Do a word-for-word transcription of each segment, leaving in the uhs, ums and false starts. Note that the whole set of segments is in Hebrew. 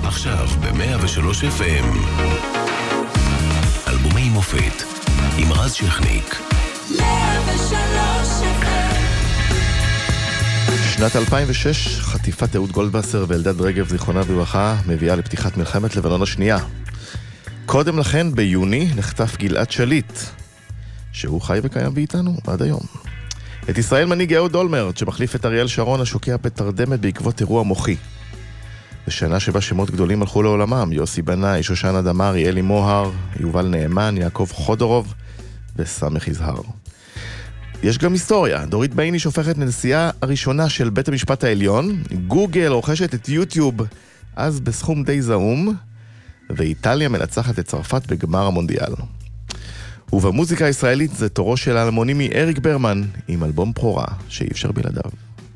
עכשיו ב-מאה ושלוש אף אם. אלבומי מופת עם רז שכניק. מאה ושלוש אף אם. שנת אלפיים ושש, חטיפת אהוד גולדווסר ואלדד רגב זיכרונה לברכה מביאה לפתיחת מלחמת לבנון השנייה. קודם לכן ביוני נחטף גלעד שליט, שהוא חי וקיים ואיתנו עד היום. את ישראל מנהיג אהוד אולמרט, שמחליף את אריאל שרון השוקע בתרדמת בעקבות אירוע מוחי. בשנה שבה שמות גדולים הלכו לעולמם, יוסי בנאי, שושנה דמארי, אלי מוהר, יובל נאמן, יעקב חודורוב וסמך יזהר. יש גם היסטוריה. דורית בייניש הופכת לנשיאה הראשונה של בית המשפט העליון. גוגל רוכשת את יוטיוב אז בסכום די זעום, ואיטליה מנצחת את צרפת בגמר המונדיאל. ובמוזיקה הישראלית זה תורו של האלמונימי אריק ברמן עם אלבום בכורה שאי אפשר בלעדיו.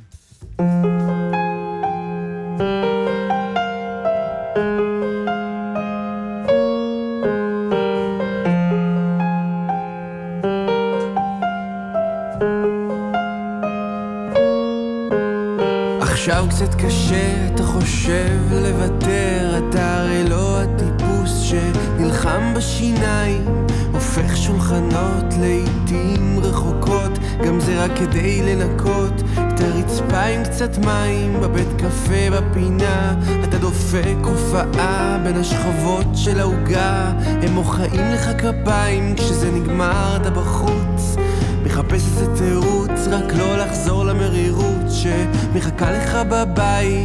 עכשיו קצת קשה, אתה חושב לוותר, אתה הרי לא הטיפוס שנלחם בשיניים, הופך שולחנות לעתים רחוקות, גם זה רק כדי לנקות את הרצפה עם קצת מים, בבית קפה בפינה אתה דופק הופעה בין השכבות של ההוגה, הם מוחאים לך כפיים, כשזה נגמר אתה בחוץ מחפש איזה תירוץ, רק לא לחזור למרירות שמחכה לך בבית.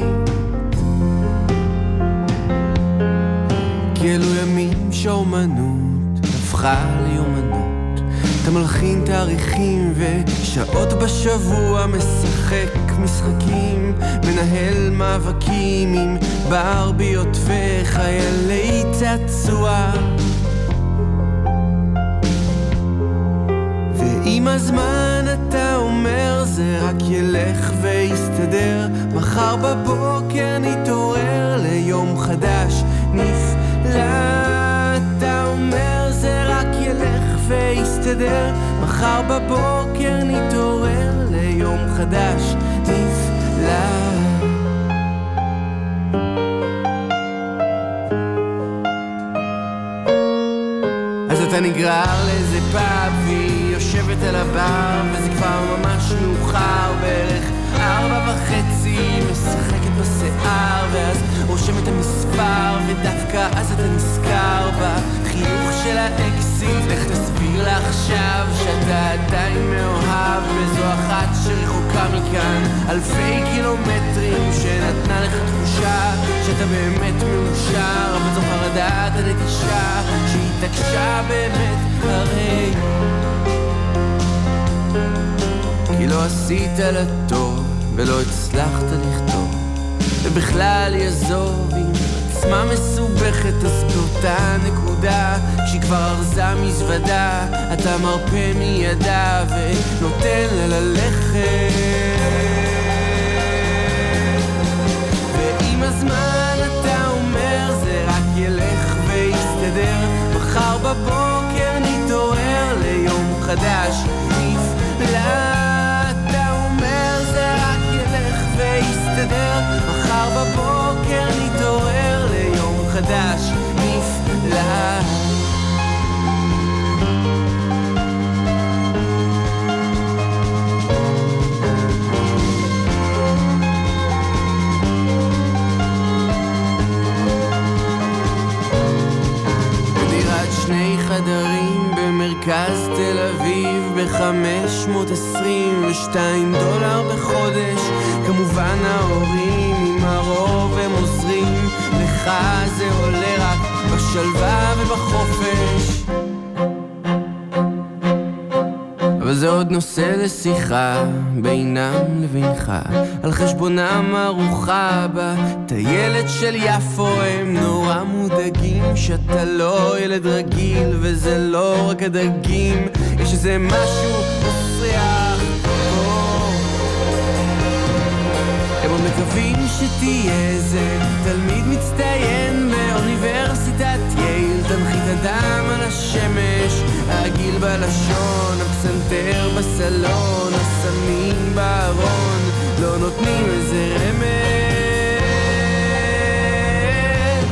כי אלו ימים שהאומנות הפכה ליומנות, אתה מלחין תאריכים ושעות בשבוע, משחק משחקים, מנהל מאבקים עם ברביות וחיילי צעצוע. עם הזמן אתה אומר זה רק ילך ויסתדר, מחר בבוקר נתעורר ליום חדש נפלא. אתה אומר זה רק ילך ויסתדר, מחר בבוקר נתעורר ליום חדש נפלא. אז אתה נגרר לאיזה פאב והיא יושבת על הבר, וזה כבר ממש מאוחר, בערך ארבע וחצי, משחקת בשיער, ואז רושם את המספר, ודווקא אז אתה נזכר בחיוך של האקסיט. לך תסביר לה עכשיו שאתה עדיין מאוהב וזו אחת שרחוקה מכאן אלפי קילומטרים, שנתנה לך תחושה שאתה באמת מאושר, אבל זו חרדת הנטישה שהתעקשה באמת, הרי כי לא עשית לטוב ולא הצלחת לכתוב, ובכלל יעזוב עם עצמה מסובכת, אז באותה נקודה כשהיא כבר ארזה מזוודה אתה מרפא מידה ונותן לה ללכת. ועם הזמן אתה אומר זה רק ילך ויסתדר, מחר בבוקר נתעורר ליום חדש נפלא. ויסתדר, מחר בבוקר נתעורר ליום חדש נפלא. בדירת שני חדרים במרכז תל אביב ב-חמש מאות עשרים ושתיים דולר בחודש, כמובן ההורים עם הרוב הם עוזרים לך, זה עולה רק בשלווה ובחופש, אבל זה עוד נושא לשיחה בינם לבינך, על חשבונם ארוחה בטיילת של יפו. הם נורא מודאגים שאתה לא ילד רגיל, וזה לא רק הדגים, יש איזה משהו מסריח פה. הם עוד מקווים שתהיה איזה תלמיד מצטיין באוניברסיטת יייל, תנחית אדם על השמש, הגיל בלשון, הפסנתר בסלון, הסמים בארון, לא נותנים איזה רמז.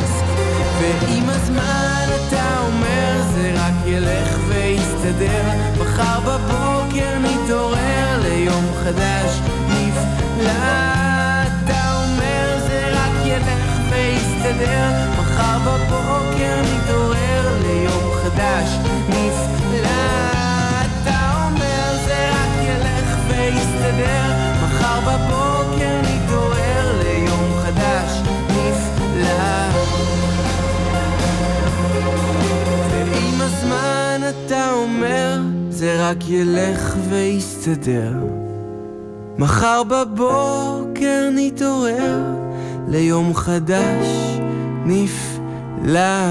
בבוקר נתעורר ליום חדש נפלא. אתה אומר זה רק ילך ויסתדר, מחר בבוקר נתעורר ליום חדש נפלא. ועם הזמן אתה אומר זה רק ילך ויסתדר, מחר בבוקר נתעורר ליום חדש נפלא.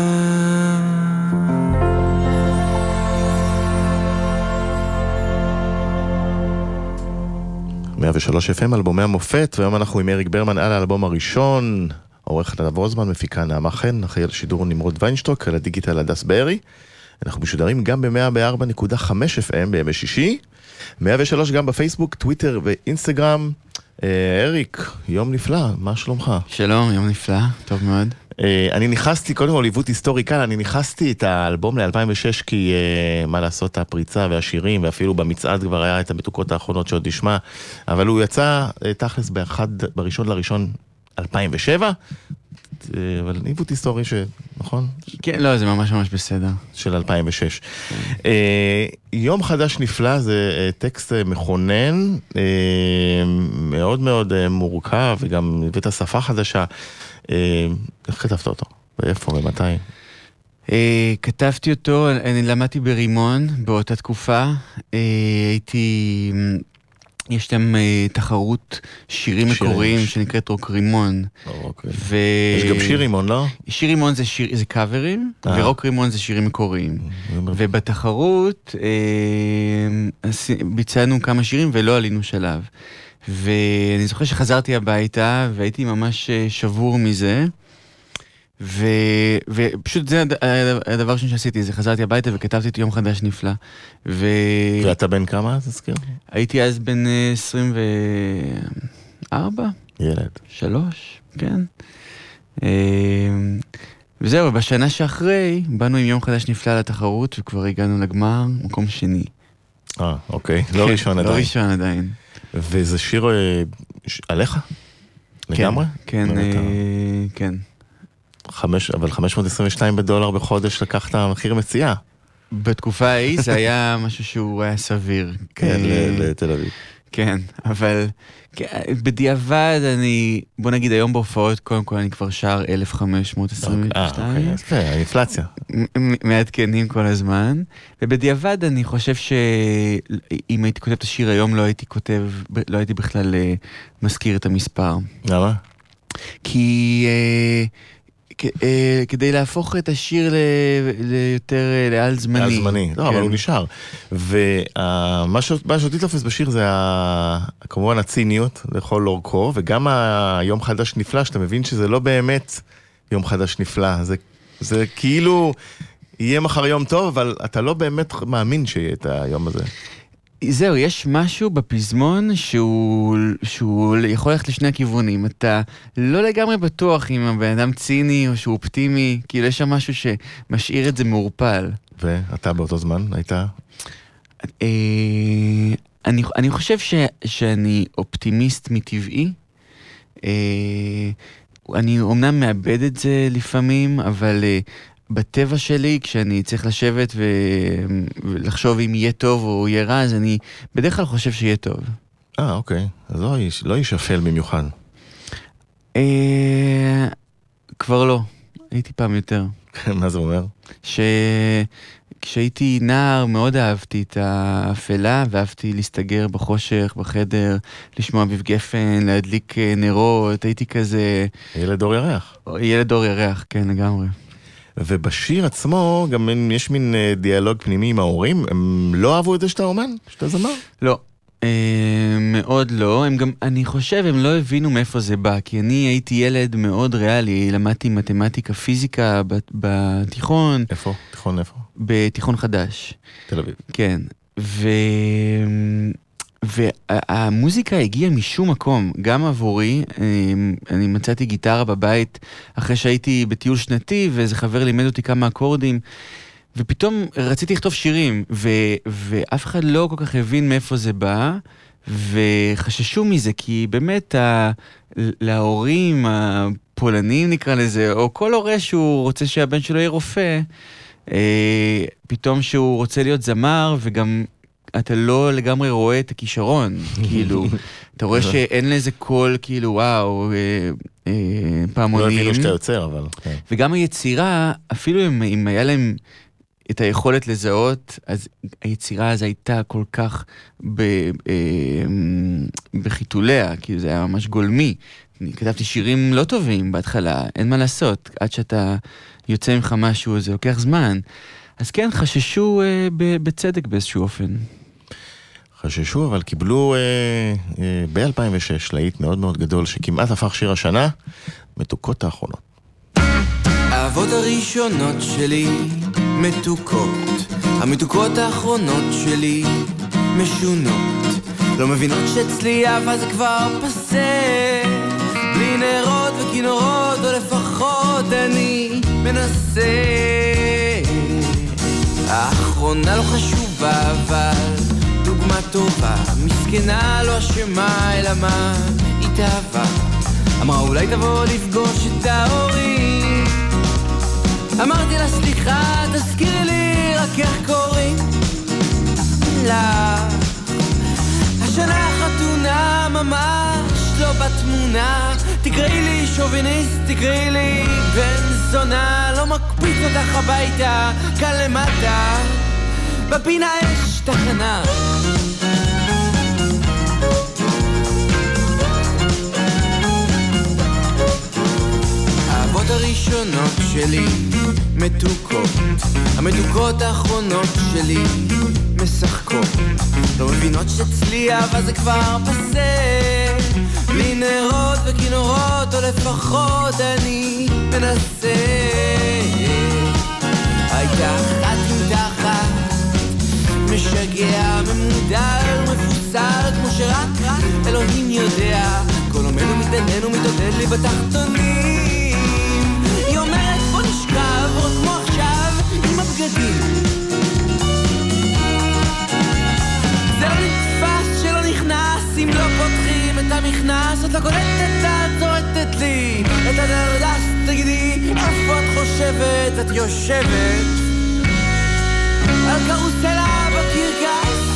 מאה ושלוש אף אם, אלבומי המופת, והיום אנחנו עם אריק ברמן על האלבום הראשון. עורכת נדב רוזמן, מפיקה נעמה חן, אחראי על שידור נמרוד ויינשטוק, על הדיגיטל הדס בארי. אנחנו משודרים גם ב-מאה וארבע נקודה חמש אף אם בימי שישי, מאה ושלוש גם בפייסבוק, טוויטר ואינסטגרם. אריק, יום נפלא, מה שלומך? שלום, יום נפלא, טוב מאוד. אני נכנסתי, קודם כל עיוות היסטורי כאן, אני נכנסתי את האלבום ל-אלפיים ושש כי מה לעשות, הפריצה והשירים, ואפילו במצעד כבר היה את המתוקות האחרונות שעוד נשמע, אבל הוא יצא תכלס באחד, בראשון לראשון אלפיים ושבע, אבל עיוות היסטורי ש... נכון? כן, לא, זה ממש ממש בסדר. של אלפיים ושש. יום חדש נפלא, זה טקסט מכונן, מאוד מאוד מורכב, וגם הבאת שפה חדשה. איך כתבת אותו? ואיפה ומתי? כתבתי אותו, אני למדתי ברימון באותה תקופה. הייתי... יש להם תחרות שירים מקוריים שנקראת רוק רימון. יש גם שיר רימון, לא? שיר רימון זה קאברים, ורוק רימון זה שירים מקוריים. ובתחרות ביצענו כמה שירים ולא עלינו שלב. ואני זוכר שחזרתי הביתה והייתי ממש שבור מזה. ו... ופשוט זה הדבר ראשון שעשיתי, זה חזרתי הביתה וכתבתי את יום חדש נפלא. ו... ואתה בן כמה, תזכיר? הייתי אז בן עשרים וארבע. ילד. שלוש, כן. וזהו, בשנה שאחרי, באנו עם יום חדש נפלא לתחרות, וכבר הגענו לגמר, מקום שני. אה, אוקיי. לא ראשון עדיין. לא ראשון עדיין. וזה שיר עליך? לגמרי? כן, כן. חמש, אבל חמש מאות עשרים ושתיים בדולר בחודש לקחת מחיר מציאה. בתקופה ההיא זה היה משהו שהוא היה סביר. כן, לתל אביב. כן, אבל בדיעבד אני, בוא נגיד היום בהופעות, קודם כל אני כבר שר אלף חמש מאות עשרים ושתיים. אה, אוקיי, האינפלציה. מעדכנים כל הזמן, ובדיעבד אני חושב שאם הייתי כותב את השיר היום לא הייתי כותב, לא הייתי בכלל מזכיר את המספר. למה? כי... כדי להפוך את השיר ליותר לעל זמני. לעל זמני, לא, אבל הוא נשאר. ומה שאותי תופס בשיר זה כמובן הציניות לכל אורכו, וגם היום חדש נפלא, שאתה מבין שזה לא באמת יום חדש נפלא, זה כאילו יהיה מחר יום טוב, אבל אתה לא באמת מאמין שיהיה את היום הזה. זהו, יש משהו בפזמון שהוא, שהוא יכול ללכת לשני הכיוונים. אתה לא לגמרי בטוח אם הבן אדם ציני או שהוא אופטימי, כאילו יש שם משהו שמשאיר את זה מעורפל. ואתה באותו זמן הייתה? אני, אני חושב ש, שאני אופטימיסט מטבעי. אני אומנם מאבד את זה לפעמים, אבל... בטבע שלי, כשאני צריך לשבת ו... ולחשוב אם יהיה טוב או יהיה רע, אז אני בדרך כלל חושב שיהיה טוב. אה, אוקיי. אז לא, לא ישפל במיוחד. אה... כבר לא. הייתי פעם יותר. מה זה אומר? ש... כשהייתי נער מאוד אהבתי את האפלה, ואהבתי להסתגר בחושך, בחדר, לשמוע אביב גפן, להדליק נרות, הייתי כזה... ילד אור ירח. ילד אור ירח, כן, לגמרי. ובשיר עצמו גם יש מין דיאלוג פנימי עם ההורים, הם לא אהבו את זה שאתה אומן? שאתה זמר? לא, אה, מאוד לא. הם גם, אני חושב, הם לא הבינו מאיפה זה בא, כי אני הייתי ילד מאוד ריאלי, למדתי מתמטיקה, פיזיקה בתיכון. איפה? תיכון איפה? בתיכון חדש. תל אביב. כן, ו... והמוזיקה הגיעה משום מקום, גם עבורי. אני מצאתי גיטרה בבית אחרי שהייתי בטיול שנתי, ואיזה חבר לימד אותי כמה אקורדים, ופתאום רציתי לכתוב שירים, ו, ואף אחד לא כל כך הבין מאיפה זה בא, וחששו מזה, כי באמת ה, להורים פולנים נקרא לזה, או כל הורה שהוא רוצה שהבן שלו יהיה רופא, אה, פתאום שהוא רוצה להיות זמר, וגם אתה לא לגמרי רואה את הכישרון, כאילו, אתה רואה שאין לזה קול, כאילו, וואו, אה, אה, פעמונים. לא הבינו שאתה יוצר, אבל... כן. וגם היצירה, אפילו אם, אם היה להם את היכולת לזהות, אז היצירה הזו הייתה כל כך ב, אה, בחיתוליה, כאילו זה היה ממש גולמי. אני כתבתי שירים לא טובים בהתחלה, אין מה לעשות, עד שאתה יוצא ממך משהו, זה לוקח זמן. אז כן, חששו אה, בצדק באיזשהו אופן. חששו, אבל קיבלו אה, אה, ב-אלפיים ושש להיט מאוד מאוד גדול, שכמעט הפך שיר השנה, מתוקות האחרונות. האהבות הראשונות שלי מתוקות, המתוקות האחרונות שלי משונות, לא מבינות שאצלי אהבה זה כבר פסה, בלי נרות וכינורות, או לפחות אני מנסה. האחרונה לא חשובה, אבל דוגמה טובה, מסכנה לא אשמה, אלא מה התאהבה. אמרה אולי תבוא לפגוש את ההורים, אמרתי לה סליחה, תזכירי לי רק איך קוראים לה. השנה חתונה ממש לא בתמונה, תקראי לי שוביניסט, תקראי לי בן זונה, לא מקפיץ אותך הביתה, כאן למטה בפינה יש תחנה. האהבות הראשונות שלי מתוקות, המתוקות האחרונות שלי משחקות, לא מבינות שאצלי אהבה זה כבר פסה, בלי נרות וכינורות, או לפחות אני מנסה. הייתה אחת עם תחת, משגע, ממודל, מפוסל, כמו שרק רק אלוהים יודע, כל עומנו מתעניין ומתעודד לי בתחתונים. היא אומרת בוא נשכב, רק כמו עכשיו, עם הבגדים. זה לא נתפס שלא נכנס, אם לא פותחים את המכנס, את לא קולטת, את זורקת לי את הדרדס, תגידי, איפה את חושבת, את יושבת על קרוסלה בקרקס.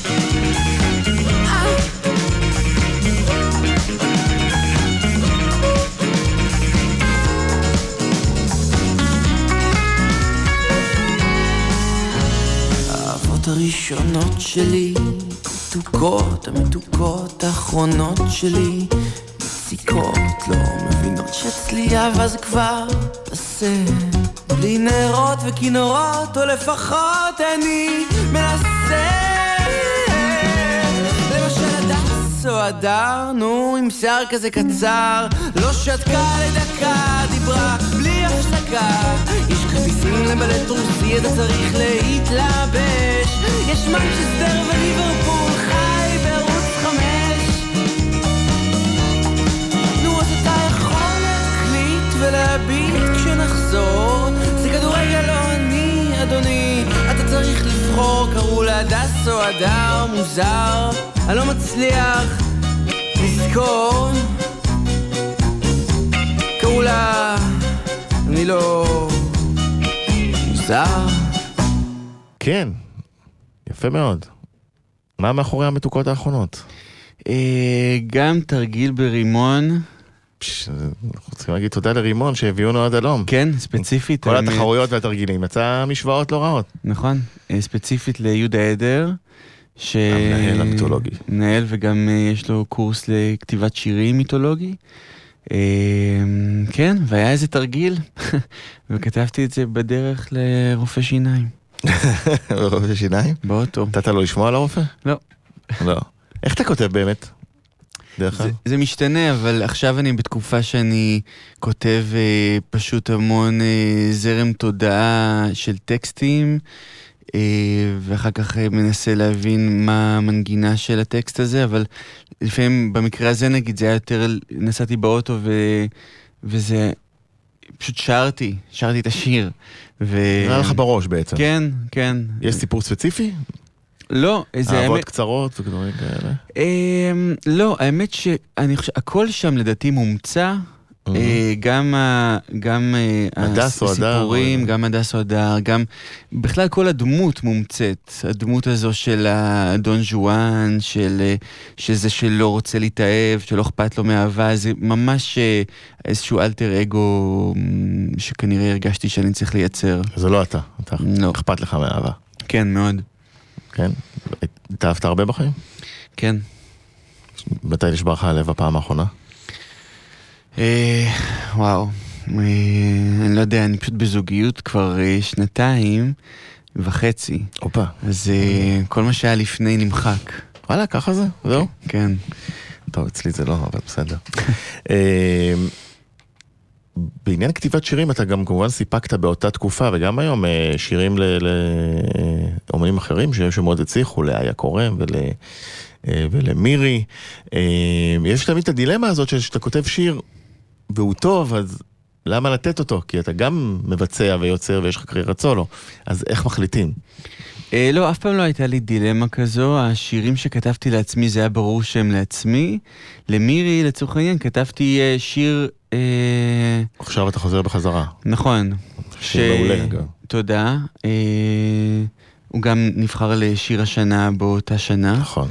האהבות הראשונות שלי מתוקות, המתוקות האחרונות שלי מציקות, לא מבינות שאצלי אהבה זה כבר פסה, בלי נרות וכינורות, או לפחות אני מנסה. למשל הדס או הדר, נו עם שיער כזה קצר, לא שתקה לדקה, דיברה בלי הפסקה, יש כרטיסים לבלט רוסי, אתה צריך להתלבש, יש מנצ'סטר וליברפול, חי בערוץ חמש. נו אז אתה יכול להקליט ולהביט כשנחזור, זה כדורגל לא אני אדוני, אתה צריך לבחור, קראו לה דס או הדר, מוזר, אני לא מצליח לזכור, קראו לה, אני לא מוזר. כן, יפה מאוד. מה מאחורי המתוקות האחרונות? גם תרגיל ברימון. אנחנו צריכים להגיד תודה לרימון שהביאונו עד הלום. כן, ספציפית. כל התחרויות והתרגילים, יצא משוואות לא רעות. נכון, ספציפית ליהודה עדר, המנהל המיתולוגי. מנהל, וגם יש לו קורס לכתיבת שירים מיתולוגי. כן, והיה איזה תרגיל, וכתבתי את זה בדרך לרופא שיניים. רופא שיניים? באוטו. נתת לו לשמוע על הרופא? לא. לא. איך אתה כותב באמת? זה, זה משתנה, אבל עכשיו אני בתקופה שאני כותב אה, פשוט המון אה, זרם תודעה של טקסטים, אה, ואחר כך אה, מנסה להבין מה המנגינה של הטקסט הזה, אבל לפעמים במקרה הזה נגיד זה היה יותר, נסעתי באוטו ו, וזה פשוט שרתי, שרתי את השיר. ו... זה היה לך בראש בעצם. כן, כן. יש סיפור ספציפי? לא, זה אהבות האמת... קצרות ודברים כאלה? לא, האמת שאני חושב, הכל שם לדעתי מומצא, גם גם הסיפורים, גם הדס או הדר, גם בכלל כל הדמות מומצאת, הדמות הזו של הדון ז'ואן, של שזה שלא רוצה להתאהב, שלא אכפת לו מאהבה, זה ממש איזשהו אלטר אגו שכנראה הרגשתי שאני צריך לייצר. זה לא אתה, אתה אכפת לך מאהבה. כן, מאוד. כן? התאהבת הרבה בחיים? כן. מתי נשבר לך הלב הפעם האחרונה? וואו, אני לא יודע, אני פשוט בזוגיות כבר שנתיים וחצי. אופה. אז כל מה שהיה לפני נמחק. וואלה, ככה זה? זהו? כן. טוב, אצלי זה לא, אבל בסדר. בעניין כתיבת שירים אתה גם כמובן סיפקת באותה תקופה, וגם היום שירים לאומנים אחרים שמאוד הצליחו, לאיה קורם ול... ולמירי. יש תמיד את הדילמה הזאת שאתה כותב שיר והוא טוב, אז למה לתת אותו? כי אתה גם מבצע ויוצר ויש לך קריירת סולו. אז איך מחליטים? לא, אף פעם לא הייתה לי דילמה כזו. השירים שכתבתי לעצמי זה היה ברור שהם לעצמי. למירי, לצורך העניין, כתבתי שיר... עכשיו אתה חוזר בחזרה. נכון. שיר מעולה, אגב. תודה. הוא גם נבחר לשיר השנה באותה שנה. נכון.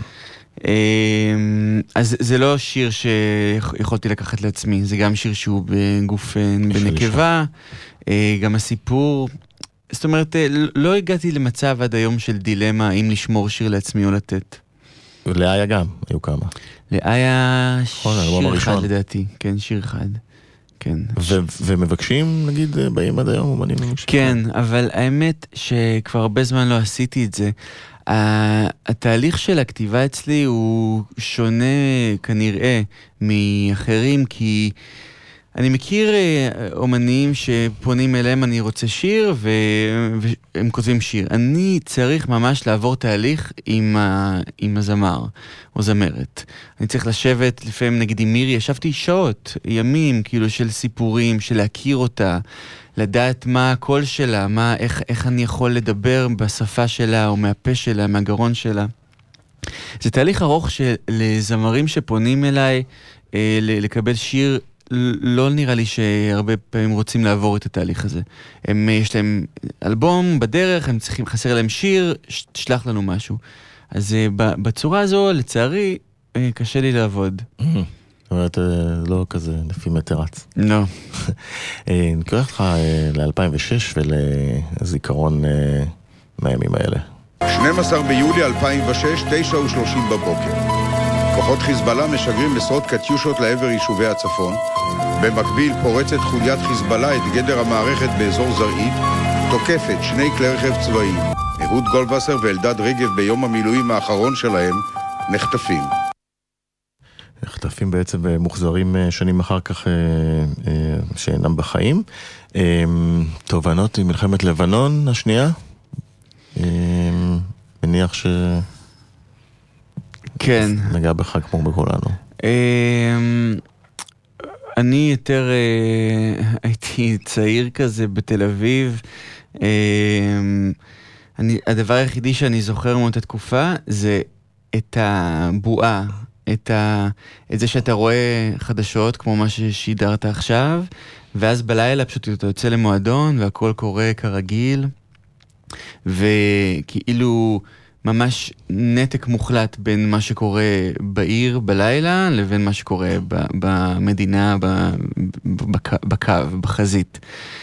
אז זה לא שיר שיכולתי לקחת לעצמי, זה גם שיר שהוא בגוף בנקבה, גם הסיפור, זאת אומרת, לא הגעתי למצב עד היום של דילמה אם לשמור שיר לעצמי או לתת. ולאיה גם, היו כמה. לאיה שיר אחד לדעתי, כן, שיר אחד. כן. ומבקשים, נגיד, באים עד היום, אומנים מבקשים? כן, אבל האמת שכבר הרבה זמן לא עשיתי את זה. התהליך של הכתיבה אצלי הוא שונה כנראה מאחרים, כי אני מכיר אומנים שפונים אליהם אני רוצה שיר והם כותבים שיר. אני צריך ממש לעבור תהליך עם, ה... עם הזמר או זמרת. אני צריך לשבת, לפעמים נגיד עם מירי, ישבתי שעות, ימים כאילו של סיפורים, של להכיר אותה, לדעת מה הקול שלה, מה, איך, איך אני יכול לדבר בשפה שלה או מהפה שלה, מהגרון שלה. זה תהליך ארוך שלזמרים שפונים אליי אה, לקבל שיר, לא נראה לי שהרבה פעמים רוצים לעבור את התהליך הזה. הם, יש להם אלבום בדרך, הם צריכים, חסר להם שיר, שלח לנו משהו. אז בצורה הזו, לצערי, קשה לי לעבוד. זאת אומרת, לא כזה לפי מטר רץ. לא. אני קורא לך ל-אלפיים ושש ולזיכרון מהימים האלה. שנים עשר ביולי אלפיים ושש, תשע ושלושים בבוקר. כוחות חיזבאללה משגרים עשרות קטיושות לעבר יישובי הצפון. במקביל פורצת חוליית חיזבאללה את גדר המערכת באזור זרעית, תוקפת שני כלי רכב צבאיים. אהוד גולדווסר ואלדד רגב ביום המילואים האחרון שלהם נחטפים. נחטפים בעצם ומוחזרים שנים אחר כך שאינם בחיים. תובנות עם מלחמת לבנון השנייה? מניח ש... כן. נגע בך כמו בכולנו. אני יותר הייתי צעיר כזה בתל אביב. הדבר היחידי שאני זוכר מאותה תקופה זה את הבועה, את זה שאתה רואה חדשות כמו מה ששידרת עכשיו, ואז בלילה פשוט אתה יוצא למועדון והכל קורה כרגיל, וכאילו ממש נתק מוחלט בין מה שקורה בעיר בלילה לבין מה שקורה במדינה, בקו, בחזית.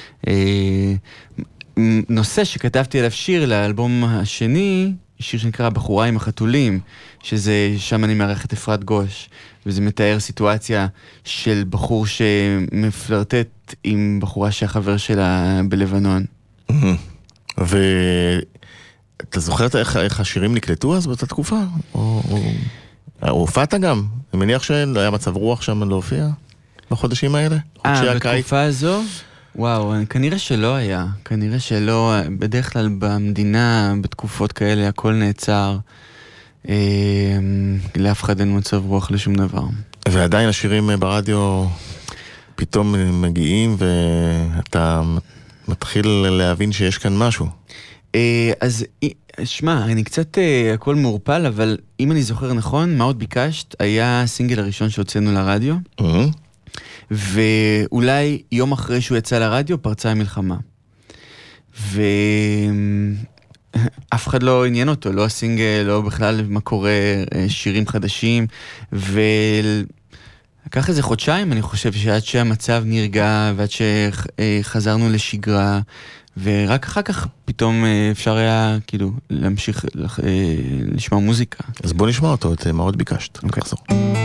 נושא שכתבתי עליו שיר לאלבום השני, שיר שנקרא בחורה עם החתולים, שזה שם אני מערך את אפרת גוש, וזה מתאר סיטואציה של בחור שמפלרטט עם בחורה שהחבר שלה בלבנון. ואתה זוכרת איך, איך השירים נקלטו אז באותה תקופה? או, או... הופעת גם? אני מניח שלא היה מצב רוח שם להופיע בחודשים האלה? אה, בתקופה הזו? וואו, כנראה שלא היה. כנראה שלא, בדרך כלל במדינה, בתקופות כאלה, הכל נעצר. אה, לאף אחד אין מצב רוח לשום דבר. ועדיין השירים ברדיו פתאום מגיעים, ואתה מתחיל להבין שיש כאן משהו. אה, אז, שמע, אני קצת אה, הכל מעורפל, אבל אם אני זוכר נכון, מה עוד ביקשת? היה הסינגל הראשון שהוצאנו לרדיו. Mm-hmm. ואולי יום אחרי שהוא יצא לרדיו פרצה המלחמה. ואף אחד לא עניין אותו, לא הסינגל, לא בכלל מה קורה, שירים חדשים, ולקח איזה חודשיים, אני חושב, שעד שהמצב נרגע, ועד שחזרנו לשגרה, ורק אחר כך פתאום אפשר היה כאילו להמשיך לשמוע מוזיקה. אז בוא נשמע אותו, את מה עוד ביקשת. אוקיי. נחזור.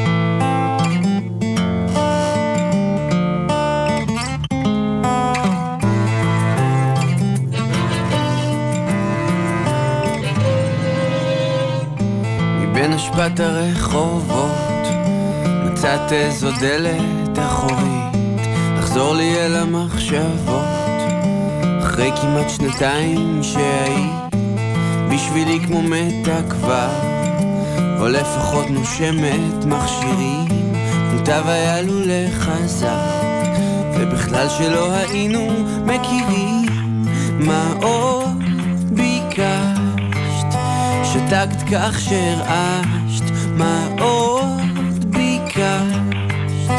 מבין השפעת הרחובות מצאת איזו דלת אחורית לחזור לי אל המחשבות אחרי כמעט שנתיים שהיית בשבילי כמו מתה כבר או לפחות נושמת מכשירים מוטב היה לו לחזק ובכלל שלא היינו מכירים מה עוד ביקשת שתקת כך שהרעשת מה עוד ביקשת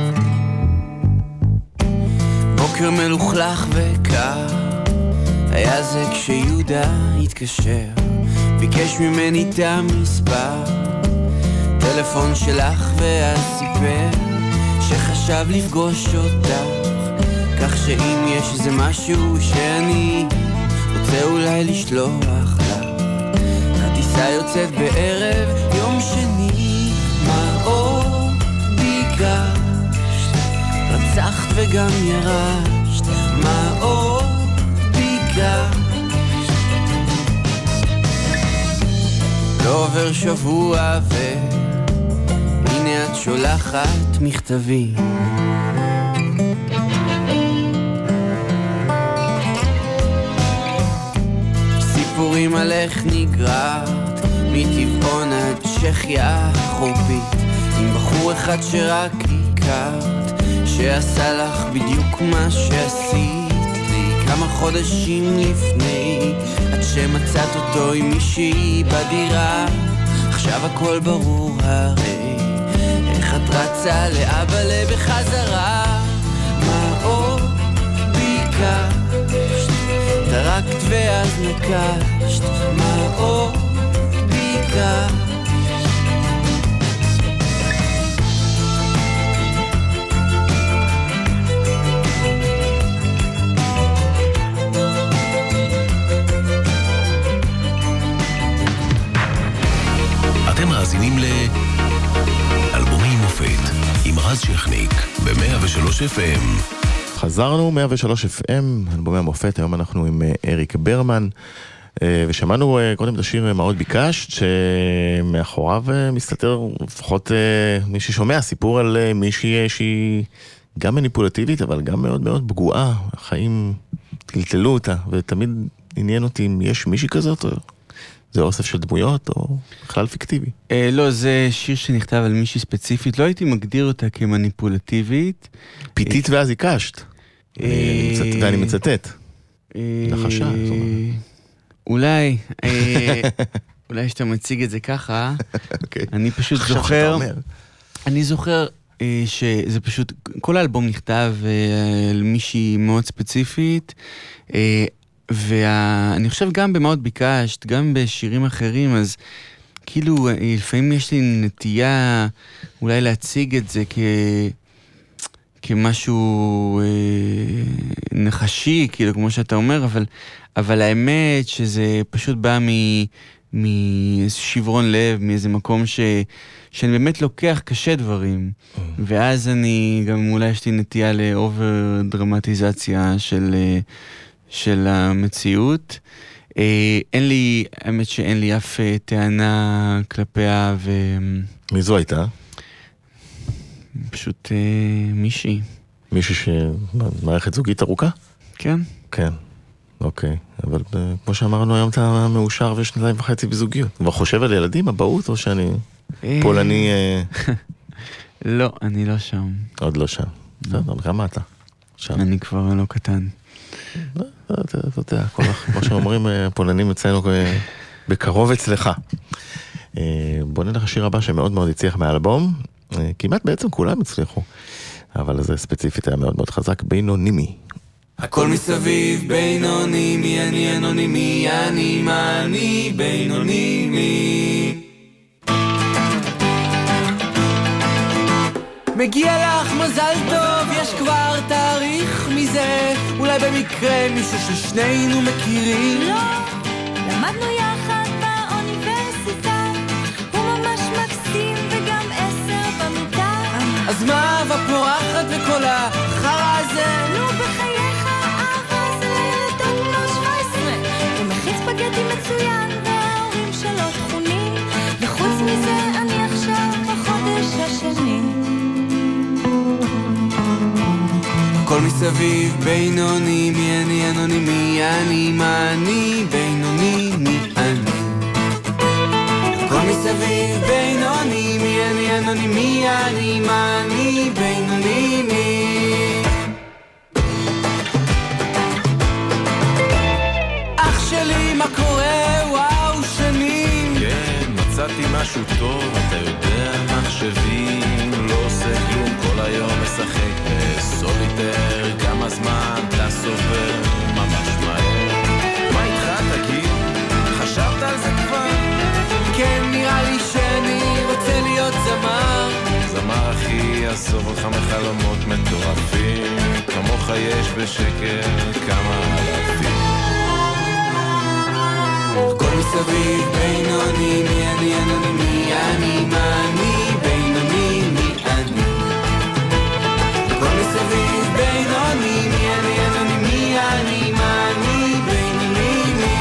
בוקר מלוכלך וקר היה זה כשיהודה התקשר ביקש ממני את המספר טלפון שלך ואז סיפר שחשב לפגוש אותך כך שאם יש איזה משהו שאני רוצה אולי לשלוח לך הטיסה יוצאת בערב יום שני מה עוד ביקשת רצחת וגם ירשת מה עוד ביקשת לא עובר שבוע והנה את שולחת מכתבים סיפורים על איך נגרעת מטבעון עד צ'כיה החופית עם בחור אחד שרק הכרת שעשה לך בדיוק מה שעשית לי כמה חודשים לפני עד שמצאת אותו עם מישהי בדירה עכשיו הכל ברור הרי איך את רצה לאבא לבחזרה מה עוד ביקשת תרקת ואז נקשת מה עוד ביקשת אתם מאזינים לאלבומי מופת עם רז שכניק ב-מאה ושלוש אף אם. חזרנו, מאה ושלוש אף אם, אלבומי המופת, היום אנחנו עם אריק ברמן, ושמענו קודם את השיר מה עוד ביקשת, שמאחוריו מסתתר לפחות מי ששומע סיפור על מישהי שהיא גם מניפולטיבית, אבל גם מאוד מאוד פגועה, החיים טלטלו אותה, ותמיד עניין אותי אם יש מישהי כזאת, או זה אוסף של דמויות, או בכלל פיקטיבי. לא, זה שיר שנכתב על מישהי ספציפית, לא הייתי מגדיר אותה כמניפולטיבית. פיתית ואז הקשת. ואני מצטט. נחשה. אולי, אולי שאתה מציג את זה ככה, אני פשוט זוכר, אני זוכר שזה פשוט, כל האלבום נכתב על מישהי מאוד ספציפית, ואני חושב גם במה עוד ביקשת, גם בשירים אחרים, אז כאילו לפעמים יש לי נטייה אולי להציג את זה כ... כמשהו אה, נחשי, כאילו כמו שאתה אומר, אבל, אבל האמת שזה פשוט בא מ, מאיזה שברון לב, מאיזה מקום ש, שאני באמת לוקח קשה דברים, mm. ואז אני גם אולי יש לי נטייה לאובר דרמטיזציה של, של המציאות. אה, אין לי, האמת שאין לי אף טענה כלפיה ו... מי זו הייתה? פשוט אה, מישהי. מישהי שמערכת זוגית ארוכה? כן. כן, אוקיי. אבל אה, כמו שאמרנו היום אתה מאושר ושנתיים וחצי בזוגיות. כבר חושב על ילדים, הבאות, או שאני אה... פולני... אה... לא, אני לא שם. עוד לא שם. בסדר, כמה אתה? שם. אני כבר לא קטן. אתה יודע, כמו שאומרים, פולנים אצלנו בקרוב אצלך. בוא נלך לשיר הבא שמאוד מאוד הצליח מהאלבום. כמעט בעצם כולם הצליחו. אבל זה ספציפית היה מאוד מאוד חזק, בינונימי. הכל מסביב בינונימי, אני אנונימי, אני מה אני בינונימי. מגיע לך מזל טוב, יש כבר תאריך מזה, אולי במקרה מישהו ששנינו מכירים. לא, למדנו יחד באוניברסיטה, הוא ממש מקסים וגם עשר במיטה. אז מה ופורחת וכל החרא הזה? נו בחייך, אהבה זה לילדות בנות שבע עשרה, הוא מכין ספגטי מצוין וההורים שלו תכונים, וחוץ מזה אני עכשיו בחודש השני. הכל מסביב בינונימי, אני אנונימי, אני מה אני בינונימי, אני. הכל מסביב בינונימי, אני אנונימי, אני מה אני בינונימי. אח שלי מה קורה, וואו שנים. כן, מצאתי משהו טוב, אתה יודע, מחשבים, לא עושה כלום, כל היום משחק בסוליטר, גם הזמן תסופר ממש מהר. מה איתך תגיד? חשבת על זה כבר? כן, נראה לי שאני רוצה להיות זמר. זמר אחי, אסוף אותך מחלומות מטורפים, כמוך יש בשקל כמה אלפים. הכל מסביב בינונימי, אני אנונימי, אני מה אני בינונימי, אני. הכל מסביב בינונימי, אני אנונימי, אני מה אני בינונימי.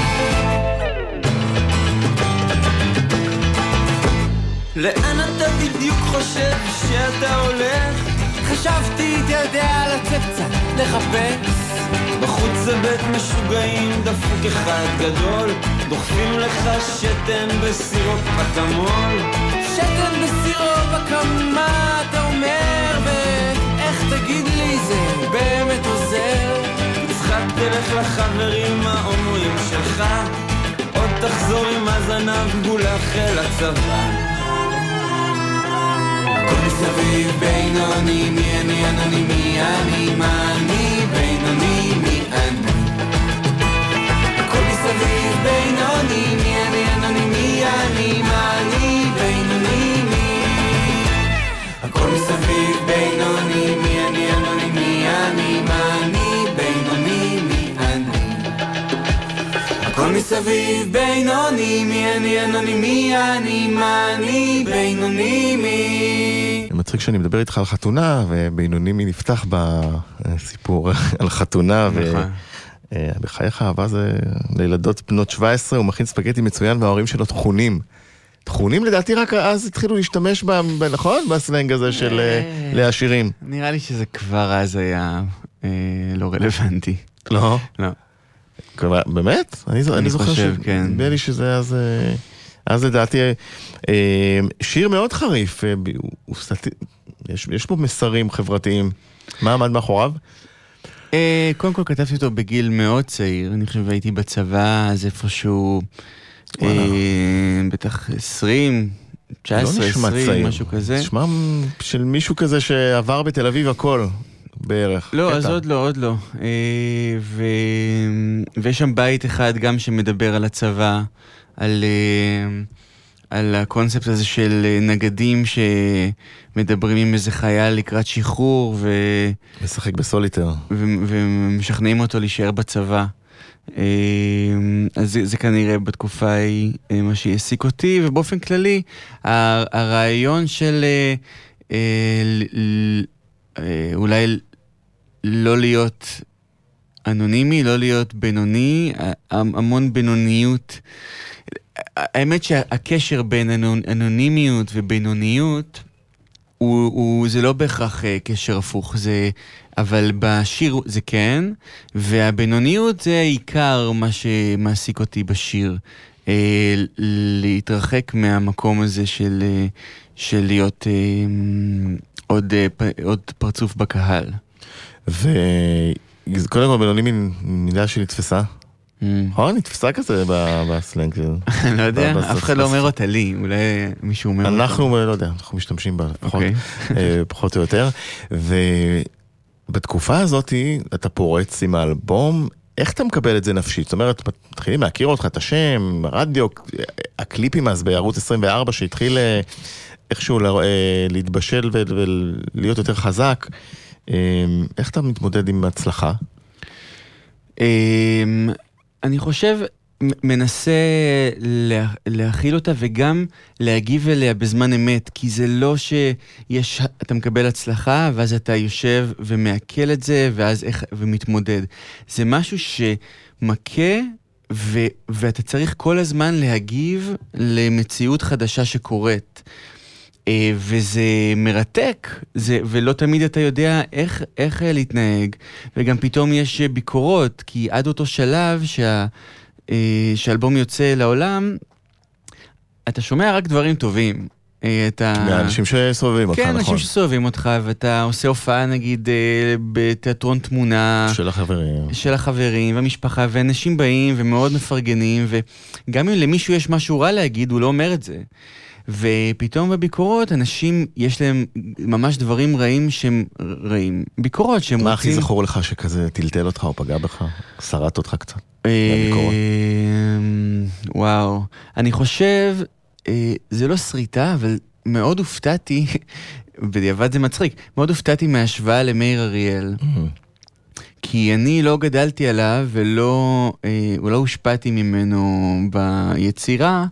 לאן אתה בדיוק חושב שאתה הולך? חשבתי, אתה יודע, לצאת קצת לחפש. בחוץ זה בית משוגעים, דפוק אחד גדול, דוחפים לך שתן בסירופ אקמול. שתן בסירופ אקמה, אתה אומר, ואיך תגיד לי זה באמת עוזר? יצחק תלך לחברים ההומואים שלך, עוד תחזור עם הזנב גולח אל הצבא. הכל מסביב בינונימי, אני אנונימי, אני מה אני בינונימי, אני. הכל מסביב בינונימי, אני אנונימי, אני מה אני בינונימי. הכל מסביב בינונימי, אני אנונימי, אני מה אני בינונימי, אני. הכל מסביב בינונימי, אני אנונימי, אני מה אני בינונימי. מצחיק שאני מדבר איתך על חתונה, ובינונימי נפתח בסיפור על חתונה, ובחייך אהבה זה לילדות בנות שבע עשרה, הוא מכין ספגטי מצוין, וההורים שלו תכונים. תכונים לדעתי רק אז התחילו להשתמש בה, נכון? בסלנג הזה של לעשירים. נראה לי שזה כבר אז היה לא רלוונטי. לא? לא. באמת? אני זוכר כן. לי שזה אז... אז לדעתי, שיר מאוד חריף, יש פה מסרים חברתיים. מה עמד מאחוריו? קודם כל כתבתי אותו בגיל מאוד צעיר, אני חושב הייתי בצבא, אז איפשהו, בטח עשרים, תשע עשרה, עשרים, משהו כזה. נשמע של מישהו כזה שעבר בתל אביב הכל, בערך. לא, אז עוד לא, עוד לא. ויש שם בית אחד גם שמדבר על הצבא, על, על הקונספט הזה של נגדים שמדברים עם איזה חייל לקראת שחרור ו... משחק בסוליטר. ו... ומשכנעים אותו להישאר בצבא. אז זה, זה כנראה בתקופה היא מה שהעסיק אותי, ובאופן כללי הרעיון של אולי לא להיות אנונימי, לא להיות בינוני, המון בינוניות. האמת שהקשר בין אנונימיות ובינוניות הוא, הוא, זה לא בהכרח קשר הפוך, זה, אבל בשיר זה כן, והבינוניות זה העיקר מה שמעסיק אותי בשיר, להתרחק מהמקום הזה של, של להיות עוד, עוד פרצוף בקהל. וקודם כל בינוני מילה שנתפסה, נכון? נתפסה כזה בסלנג. אני לא יודע, אף אחד לא אומר אותה לי, אולי מישהו אומר אותה. אנחנו, לא יודע, אנחנו משתמשים בה פחות או יותר. ובתקופה הזאת, אתה פורץ עם האלבום, איך אתה מקבל את זה נפשית? זאת אומרת, מתחילים להכיר אותך את השם, הרדיו, הקליפים אז בערוץ עשרים וארבע שהתחיל איכשהו להתבשל ולהיות יותר חזק. איך אתה מתמודד עם הצלחה? אני חושב, מנסה להכיל אותה וגם להגיב אליה בזמן אמת, כי זה לא שיש, אתה מקבל הצלחה ואז אתה יושב ומעכל את זה ואז איך, ומתמודד. זה משהו שמכה ו, ואתה צריך כל הזמן להגיב למציאות חדשה שקורית. וזה מרתק, זה, ולא תמיד אתה יודע איך, איך להתנהג, וגם פתאום יש ביקורות, כי עד אותו שלב שה, שהאלבום יוצא לעולם, אתה שומע רק דברים טובים. אתה... מהאנשים שסובבים אותך, כן, נכון. כן, אנשים שסובבים אותך, ואתה עושה הופעה נגיד בתיאטרון תמונה. של החברים. של החברים והמשפחה, ואנשים באים ומאוד מפרגנים, וגם אם למישהו יש משהו רע להגיד, הוא לא אומר את זה. ופתאום בביקורות אנשים יש להם ממש דברים רעים שהם רעים. ביקורות שהם רוצים... מה הכי זכור לך שכזה טלטל אותך או פגע בך? שרט אותך קצת? וואו. אני חושב, זה לא שריטה, אבל מאוד הופתעתי, בדיעבד זה מצחיק, מאוד הופתעתי מההשוואה למאיר אריאל. כי אני לא גדלתי עליו ולא לא הושפעתי ממנו ביצירה,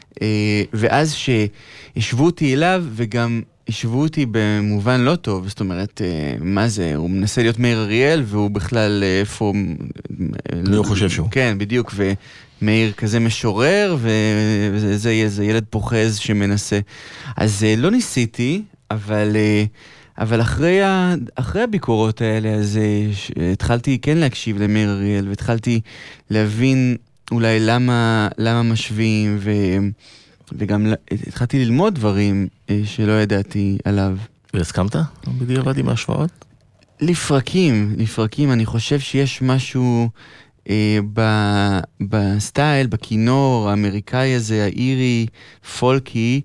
ואז שהשוו אותי אליו וגם השוו אותי במובן לא טוב, זאת אומרת, מה זה, הוא מנסה להיות מאיר אריאל והוא בכלל איפה... מי הוא חושב שהוא? כן, בדיוק, ומאיר כזה משורר וזה איזה ילד פוחז שמנסה. אז לא ניסיתי, אבל... אבל אחרי, ה... אחרי הביקורות האלה, אז התחלתי כן להקשיב למאיר אריאל, והתחלתי להבין אולי למה, למה משווים, ו... וגם התחלתי ללמוד דברים שלא ידעתי עליו. והסכמת? בדיעבד עם ההשוואות? לפרקים, לפרקים. אני חושב שיש משהו אה, ב... בסטייל, בכינור האמריקאי הזה, האירי, פולקי,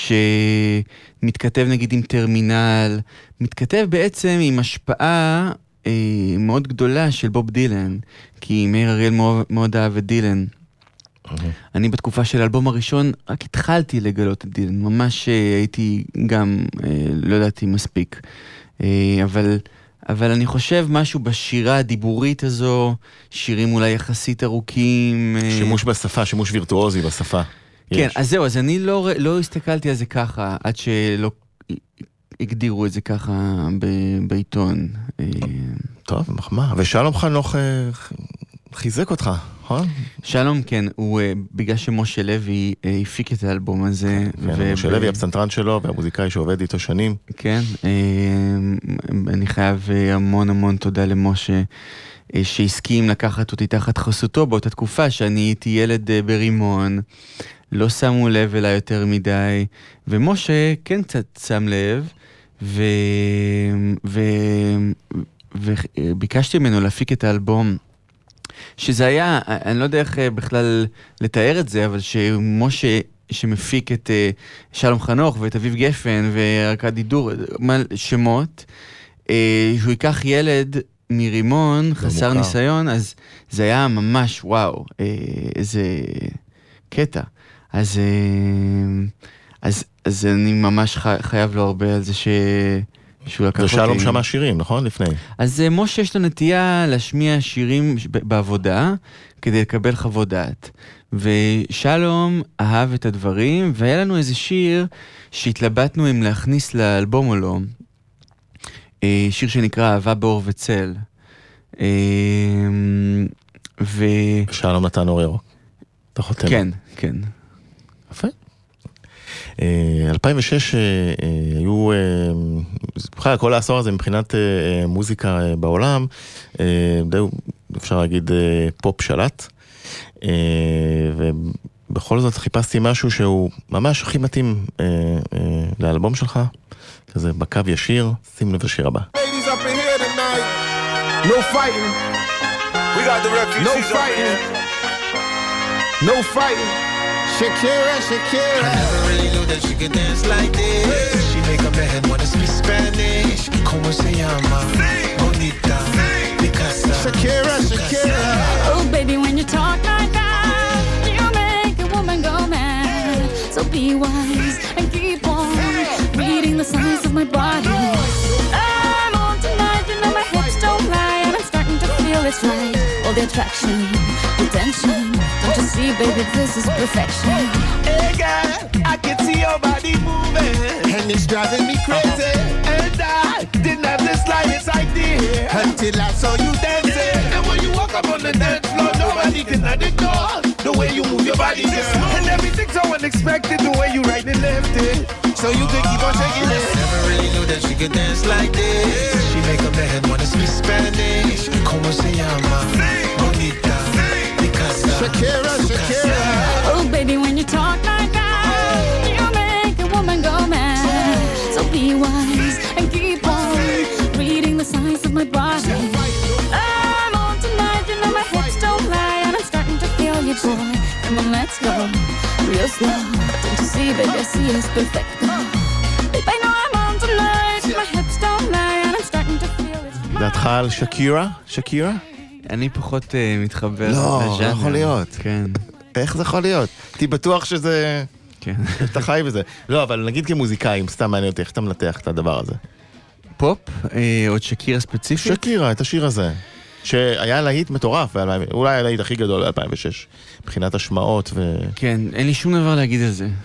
שמתכתב נגיד עם טרמינל, מתכתב בעצם עם השפעה אה, מאוד גדולה של בוב דילן, כי מאיר אריאל מאוד, מאוד אהב את דילן. Okay. אני בתקופה של האלבום הראשון רק התחלתי לגלות את דילן, ממש הייתי גם, אה, לא ידעתי מספיק, אה, אבל, אבל אני חושב משהו בשירה הדיבורית הזו, שירים אולי יחסית ארוכים. אה... שימוש בשפה, שימוש וירטואוזי בשפה. כן, אז זהו, אז אני לא, לא הסתכלתי על זה ככה, עד שלא הגדירו את זה ככה ב, בעיתון. אה... טוב, מחמאה. ושלום חנוך חיזק אותך, נכון? שלום, כן, הוא, בגלל שמשה לוי הפיק את האלבום הזה. כן, משה לוי, הפסנתרן שלו, והמוזיקאי שעובד איתו שנים. כן, אני חייב המון המון תודה למשה, שהסכים לקחת אותי תחת חסותו באותה תקופה, שאני הייתי ילד ברימון, לא שמו לב אליי יותר מדי, ומשה כן קצת שם לב, ו... ו... וביקשתי ממנו להפיק את האלבום, שזה היה, אני לא יודע איך בכלל לתאר את זה, אבל שמשה שמפיק את שלום חנוך ואת אביב גפן וארקדי דור, שמות, שהוא ייקח ילד מרימון, חסר ניסיון, אז זה היה ממש וואו, איזה קטע. אז, אז, אז אני ממש חייב לו הרבה על זה ש... ושלום שמע שירים, נכון? לפני. אז משה יש לו נטייה להשמיע שירים בעבודה, כדי לקבל חוות דעת. ושלום אהב את הדברים, והיה לנו איזה שיר שהתלבטנו אם להכניס לאלבום או לא. שיר שנקרא אהבה באור וצל. ו... שלום נתן אור ירוק. אתה חותם. כן, כן. יפה. אלפיים ושש היו, בכלל כל העשור הזה מבחינת מוזיקה בעולם, די אפשר להגיד פופ שלט, ובכל זאת חיפשתי משהו שהוא ממש הכי מתאים לאלבום שלך, כזה בקו ישיר, שים לב לשיר הבא. Ladies up in here tonight, no fighting, we got the refugees no fighting. No fighting. Shakira, Shakira. I never really knew that she could dance like this. She make up her head wanna speak Spanish. Como se llama? Bonita. Picasa. Shakira, Shakira. Oh, baby, when you talk like that, you make a woman go mad. So be wise and keep on reading the signs of my body. I'm on tonight, you know my hips don't lie, and I'm starting to feel it's right. All the attraction, the tension. Don't you see, baby, this is perfection. Hey girl, I can see your body moving, And it's driving me crazy. and I didn't have the slightest idea Until I saw you dancing. And when you walk up on the dance floor, nobody can ignore the way you move your body, girl. And everything's so unexpected, the way you right and left it. So you could keep on shaking it. Never really knew that she could dance like this. She make up her head wanna speak Spanish. Como se llama? Bonita. Picasa. Shakira, Shakira. Oh, baby, when you talk like that, you make a woman go mad. So be wise and keep on reading the signs of my body. I'm on tonight, you know my hips don't lie, and I'm starting to feel you, boy. Come on, let's go, real slow. Don't you see, baby, I see it's perfect. Babe, I know I'm on tonight, my hips don't lie, and I'm starting to feel it's דעתך על שקירה? שקירה? אני פחות uh, מתחבר לא, לא לז'אנר. יכול להיות. כן, איך זה יכול להיות? תהי בטוח שזה... כן. אתה חי בזה. לא, אבל נגיד כמוזיקאים, סתם מעניין אותי, איך אתה מנתח את הדבר הזה? פופ, אה, עוד שקירה ספציפית. שקירה, את השיר הזה. שהיה להיט מטורף, אולי הלהיט הכי גדול ב-אלפיים ושש, מבחינת השמעות ו... כן, אין לי שום דבר להגיד על זה.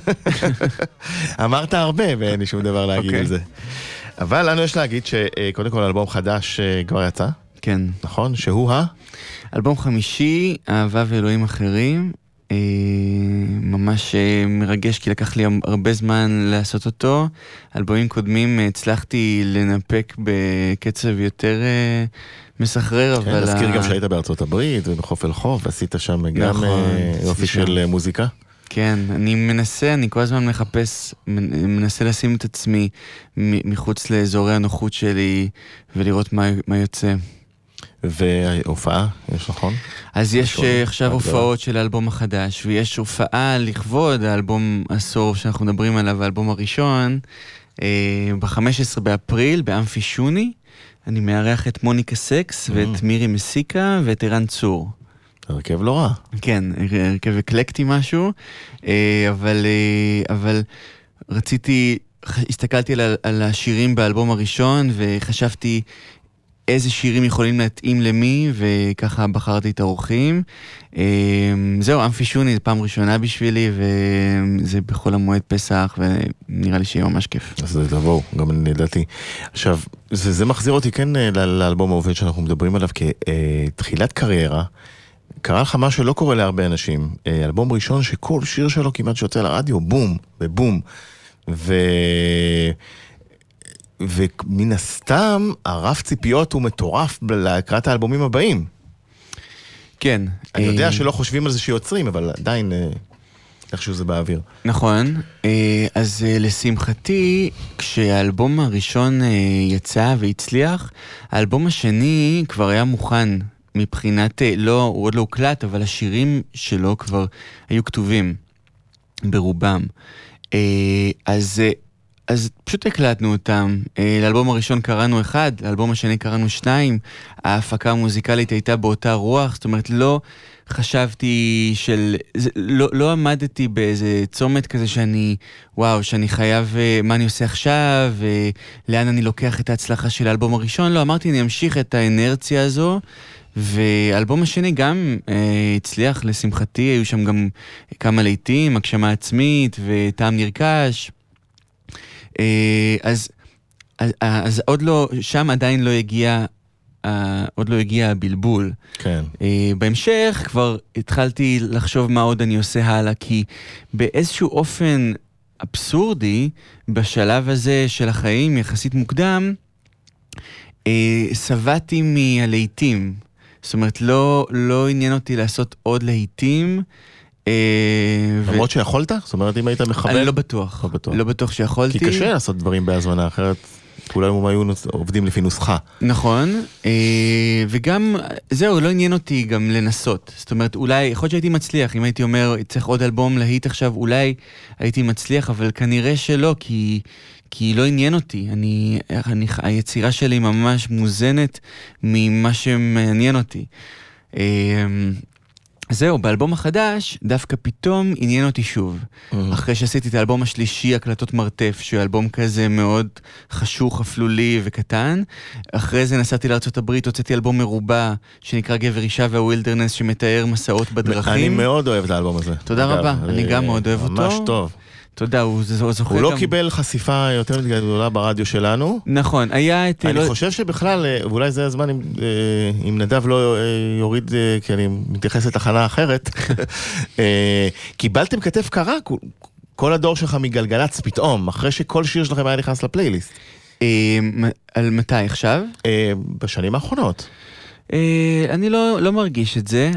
אמרת הרבה ואין לי שום דבר להגיד אוקיי. על זה. אבל לנו יש להגיד שקודם כל אלבום חדש כבר יצא, כן. נכון? שהוא ה... אלבום חמישי, אהבה ואלוהים אחרים. אה, ממש אה, מרגש, כי לקח לי הרבה זמן לעשות אותו. אלבומים קודמים אה, הצלחתי לנפק בקצב יותר אה, מסחרר, כן, אבל... נזכיר ה... גם שהיית בארצות הברית ובחוף אל חוף, ועשית שם גם נכון, אה, יופי עשיתי של אה, מוזיקה. כן, אני מנסה, אני כל הזמן מחפש, מנסה לשים את עצמי מחוץ לאזורי הנוחות שלי ולראות מה, מה יוצא. והופעה, יש נכון? אז יש משהו, עכשיו הגדרה. הופעות של האלבום החדש, ויש הופעה לכבוד האלבום עשור שאנחנו מדברים עליו, האלבום הראשון, ב-חמישה עשר באפריל, באמפי שוני. אני מארח את מוניקה סקס ואת מירי מסיקה ואת ערן צור. הרכב לא רע. כן, הרכב אקלקטי משהו, אבל, אבל רציתי, הסתכלתי על, על השירים באלבום הראשון, וחשבתי איזה שירים יכולים להתאים למי, וככה בחרתי את האורחים. זהו, אמפי שוני, זו פעם ראשונה בשבילי, וזה בכל המועד פסח, ונראה לי שיהיה ממש כיף. אז תבואו, גם אני ידעתי. עכשיו, זה, זה מחזיר אותי כן לאלבום העובד שאנחנו מדברים עליו, כתחילת קריירה, קרה לך מה שלא קורה להרבה אנשים. אלבום ראשון שכל שיר שלו כמעט שיוצא לרדיו, בום, ובום. ו... ומן הסתם, הרף ציפיות הוא מטורף לקראת האלבומים הבאים. כן. אני יודע שלא חושבים על זה שיוצרים, אבל עדיין איכשהו זה באוויר. נכון. אז לשמחתי, כשהאלבום הראשון יצא והצליח, האלבום השני כבר היה מוכן מבחינת, לא, הוא עוד לא הוקלט, אבל השירים שלו כבר היו כתובים ברובם. אז... אז פשוט הקלטנו אותם. לאלבום הראשון קראנו אחד, לאלבום השני קראנו שניים. ההפקה המוזיקלית הייתה באותה רוח, זאת אומרת, לא חשבתי של... לא, לא עמדתי באיזה צומת כזה שאני, וואו, שאני חייב, מה אני עושה עכשיו, ולאן אני לוקח את ההצלחה של האלבום הראשון. לא, אמרתי, אני אמשיך את האנרציה הזו, והאלבום השני גם אה, הצליח, לשמחתי, היו שם גם כמה לעיתים, הגשמה עצמית וטעם נרכש. אז, אז, אז עוד לא, שם עדיין לא הגיע, עוד לא הגיע הבלבול. כן. בהמשך כבר התחלתי לחשוב מה עוד אני עושה הלאה, כי באיזשהו אופן אבסורדי, בשלב הזה של החיים יחסית מוקדם, סבתי מהלהיטים. זאת אומרת, לא, לא עניין אותי לעשות עוד להיטים, למרות שיכולת? זאת אומרת, אם היית מחבל? אני לא בטוח. לא בטוח שיכולתי. כי קשה לעשות דברים בהזמנה אחרת. אולי הם היו עובדים לפי נוסחה. נכון, וגם, זהו, לא עניין אותי גם לנסות. זאת אומרת, אולי, יכול להיות שהייתי מצליח, אם הייתי אומר, צריך עוד אלבום להיט עכשיו, אולי הייתי מצליח, אבל כנראה שלא, כי... כי לא עניין אותי, אני, אני, היצירה שלי ממש מוזנת ממה שמעניין אותי. זהו, באלבום החדש, דווקא פתאום עניין אותי שוב. אחרי שעשיתי את האלבום השלישי, הקלטות מרתף, שהוא אלבום כזה מאוד חשוך, אפלולי וקטן. אחרי זה נסעתי לארצות הברית, הוצאתי אלבום מרובע, שנקרא גבר אישה והווילדרנס, שמתאר מסעות בדרכים. אני מאוד אוהב את האלבום הזה. תודה רבה, אני גם מאוד אוהב אותו. ממש טוב. תודה, הוא זוכה גם... הוא לא קיבל חשיפה יותר גדולה ברדיו שלנו. נכון, היה את... אני חושב שבכלל, ואולי זה הזמן אם נדב לא יוריד, כי אני מתייחס לתחנה אחרת, קיבלתם כתף קרה, כל הדור שלך מגלגלץ פתאום, אחרי שכל שיר שלכם היה נכנס לפלייליסט. על מתי עכשיו? בשנים האחרונות. אני לא מרגיש את זה.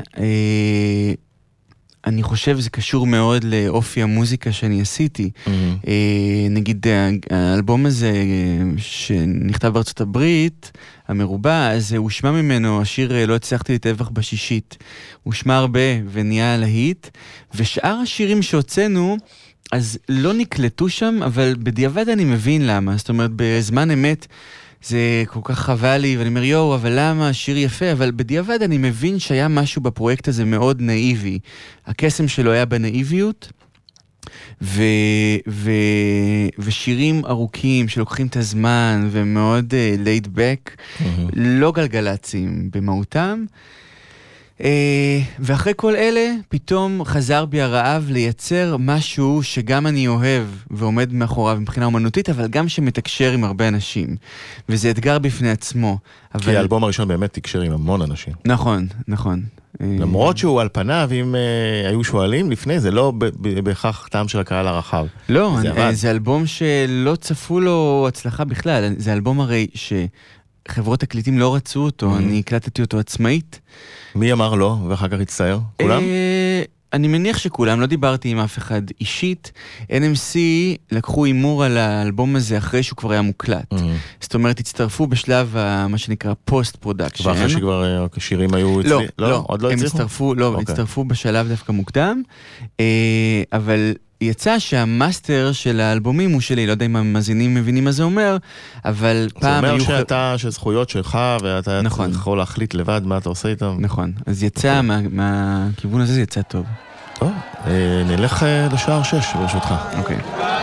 אני חושב שזה קשור מאוד לאופי המוזיקה שאני עשיתי. Mm-hmm. נגיד, האלבום הזה שנכתב בארצות הברית, המרובע, אז הוא שמע ממנו, השיר לא הצלחתי לטבח בשישית. הוא שמע הרבה ונהיה להיט, ושאר השירים שהוצאנו, אז לא נקלטו שם, אבל בדיעבד אני מבין למה. זאת אומרת, בזמן אמת, זה כל כך חבל לי, ואני אומר, יואו, אבל למה? השיר יפה, אבל בדיעבד אני מבין שהיה משהו בפרויקט הזה מאוד נאיבי. הקסם שלו היה בנאיביות, ו... ו... ושירים ארוכים שלוקחים את הזמן, ומאוד uh, laid back, mm-hmm. לא גלגלצים במהותם. Uh, ואחרי כל אלה, פתאום חזר בי הרעב לייצר משהו שגם אני אוהב ועומד מאחוריו מבחינה אומנותית, אבל גם שמתקשר עם הרבה אנשים. וזה אתגר בפני עצמו. אבל... כי האלבום הראשון באמת תקשר עם המון אנשים. נכון, נכון. למרות שהוא על פניו, אם uh, היו שואלים לפני, זה לא בהכרח טעם של הקהל הרחב. לא, זה, אני, זה אלבום שלא צפו לו הצלחה בכלל. זה אלבום הרי ש... חברות תקליטים לא רצו אותו, אני הקלטתי אותו עצמאית. מי אמר לא, ואחר כך הצטער? כולם? אני מניח שכולם, לא דיברתי עם אף אחד אישית. אן אם סי לקחו אימור על האלבום הזה אחרי שהוא כבר היה מוקלט. זאת אומרת, הצטרפו בשלב מה שנקרא פוסט פרודקשן. ואחרי שכבר שירים היו אצלי? לא, לא, הם הצטרפו, לא, הצטרפו בשלב דווקא מוקדם, אבל... יצא שהמאסטר של האלבומים הוא שלי, לא יודע אם המאזינים מבינים מה זה אומר, אבל פעם... זה אומר שאתה, שזכויות שלך, ואתה יכול להחליט לבד מה אתה עושה איתם. נכון, אז יצא, מהכיוון הזה זה יצא טוב. טוב, נלך לשער שש ברשותך. אוקיי.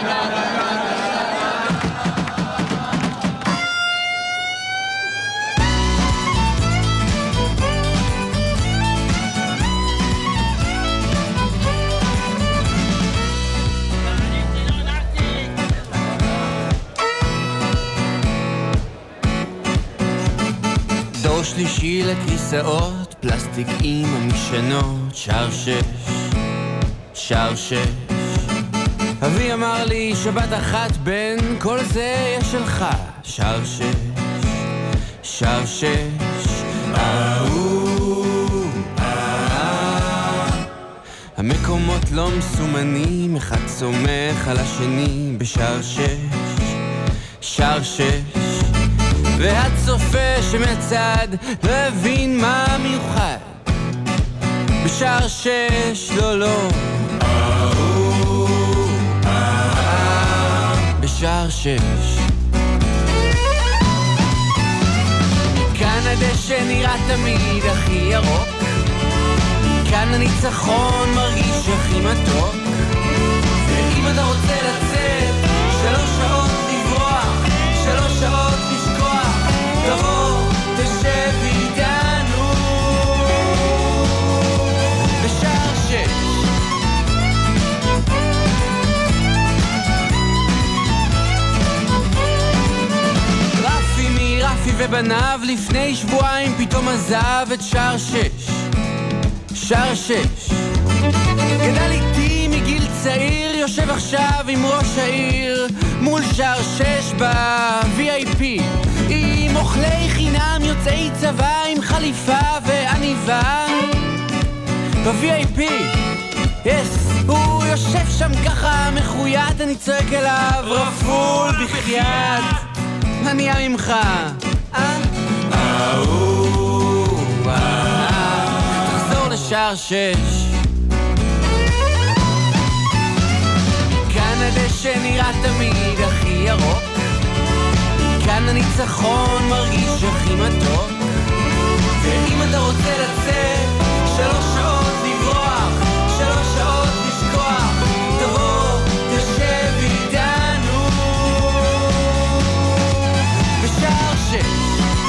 שלישי לכיסאות, פלסטיק עם המשענות, שער שש, שער שש. אבי אמר לי שבת אחת בין כל זה יש שלך, שער שש, שער שש. אהו, אה, המקומות לא מסומנים, אחד סומך על השני בשער שש, שער שש. והצופה שמצד לא הבין מה מיוחד בשער שש, לא לא בשער שש. מכאן הדשא נראה תמיד הכי ירוק, מכאן הניצחון מרגיש הכי מתוק. ואם אתה רוצה לצאת שלוש שעות לברוח, שלוש שעות תבוא, תשב איתנו בשער שש. רפי מרפי ובניו לפני שבועיים פתאום עזב את שער שש, שער שש. גדל איתי מגיל צעיר, יושב עכשיו עם ראש העיר מול שער שש ב-וי איי פי, עם אוכלי חינם יוצאי צבא עם חליפה ועניבה ב-וי איי פי. יס, הוא יושב שם ככה מחויית, אני צועק אליו רפול בחייאת, מה נהיה ממך? אה? אהוב, תחזור לשער שש. כאן הדשא נראה תמיד הכי ירוק, כאן הניצחון מרגיש הכי מתוק, ואם אתה רוצה לצאת שלוש שעות לברוח, שלוש שעות לשכוח, תבוא, תשב איתנו בשער שש.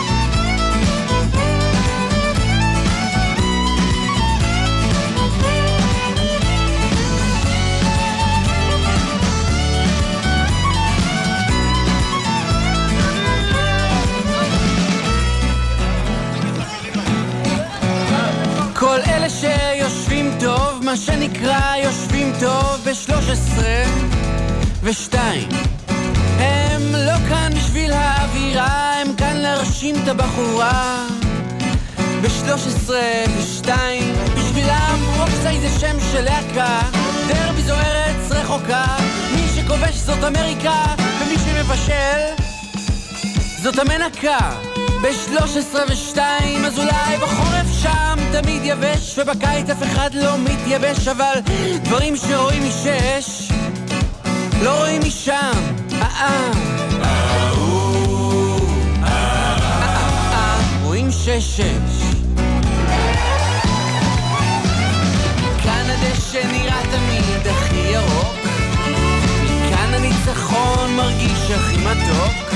כל אלה שיושבים טוב, מה שנקרא יושבים טוב בשלוש עשרה ושתיים, הם לא כאן בשביל האווירה, הם כאן להרשים את הבחורה. בשלוש עשרה ושתיים בשבילם רוקסאי זה שם של להקה, דרבי זו ארץ רחוקה, מי שכובש זאת אמריקה ומי שמבשל זאת המנקה. בשלוש עשרה ושתיים אז אולי בחורף שם תמיד יבש, ובקיץ אף אחד לא מתייבש, אבל דברים שרואים משש לא רואים משם. אה אה רואים שש שש. כאן הדשא נראה תמיד הכי ירוק, מכאן הניצחון מרגיש הכי מתוק,